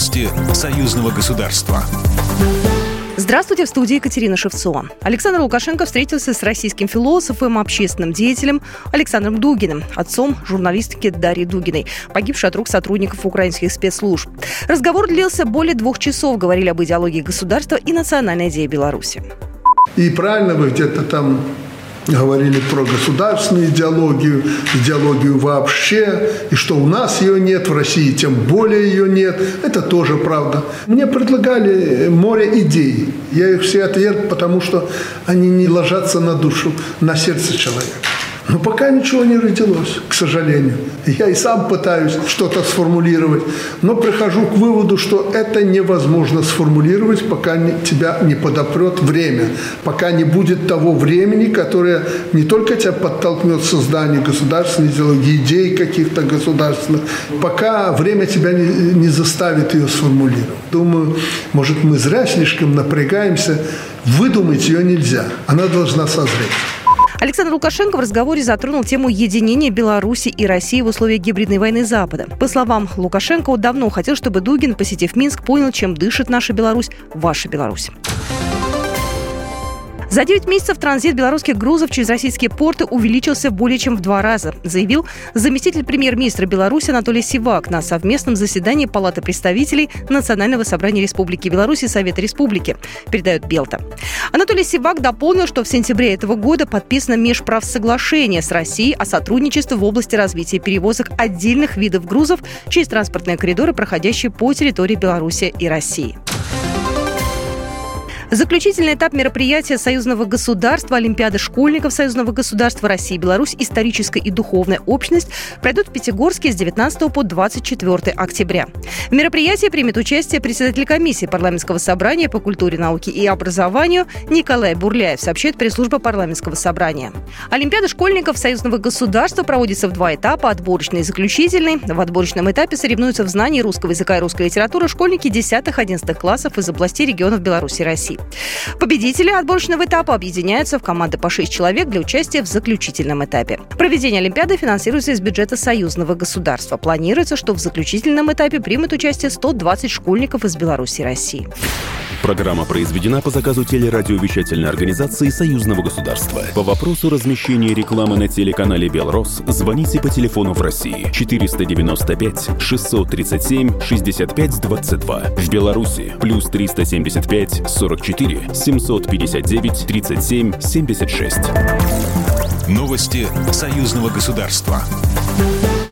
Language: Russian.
Новости союзного государства. Здравствуйте, в студии Екатерина Шевцова. Александр Лукашенко встретился с российским философом и общественным деятелем Александром Дугиным, отцом журналистки Дарьи Дугиной, погибшей от рук сотрудников украинских спецслужб. Разговор длился более 2 часов, говорили об идеологии государства и национальной идее Беларуси. И правильно вы где-то там говорили про государственную идеологию вообще, и что у нас ее нет, в России тем более ее нет. Это тоже правда. Мне предлагали море идей. Я их все отверг, потому что они не ложатся на душу, на сердце человека. Но пока ничего не родилось, к сожалению. Я и сам пытаюсь что-то сформулировать, но прихожу к выводу, что это невозможно сформулировать, пока тебя не подопрет время, пока не будет того времени, которое не только тебя подтолкнет к созданию государственной идеологии, идей каких-то государственных, пока время тебя не заставит ее сформулировать. Думаю, может, мы зря слишком напрягаемся, выдумать ее нельзя, она должна созреть. Александр Лукашенко в разговоре затронул тему единения Беларуси и России в условиях гибридной войны Запада. По словам Лукашенко, он давно хотел, чтобы Дугин, посетив Минск, понял, чем дышит наша Беларусь, ваша Беларусь. За 9 месяцев транзит белорусских грузов через российские порты увеличился более чем в 2 раза, заявил заместитель премьер-министра Беларуси Анатолий Сивак на совместном заседании Палаты представителей Национального собрания Республики Беларусь и Совета Республики, передает Белта. Анатолий Сивак дополнил, что в сентябре этого года подписано межправсоглашение с Россией о сотрудничестве в области развития перевозок отдельных видов грузов через транспортные коридоры, проходящие по территории Беларуси и России. Заключительный этап мероприятия союзного государства Олимпиады школьников союзного государства России и Беларусь «Историческая и духовная общность» пройдут в Пятигорске с 19 по 24 октября. В мероприятии примет участие председатель комиссии парламентского собрания по культуре, науке и образованию Николай Бурляев, сообщает пресс-служба парламентского собрания. Олимпиада школьников союзного государства проводится в 2 этапа – отборочный и заключительный. В отборочном этапе соревнуются в знании русского языка и русской литературы школьники 10-11 классов из областей регионов Беларуси и России. Победители отборочного этапа объединяются в команды по 6 человек для участия в заключительном этапе. Проведение Олимпиады финансируется из бюджета союзного государства. Планируется, что в заключительном этапе примут участие 120 школьников из Беларуси и России. Программа произведена по заказу телерадиовещательной организации Союзного государства. По вопросу размещения рекламы на телеканале «Белрос» звоните по телефону в России 495 637 65 22. В Беларуси плюс 375 44 759 37 76. Новости союзного государства.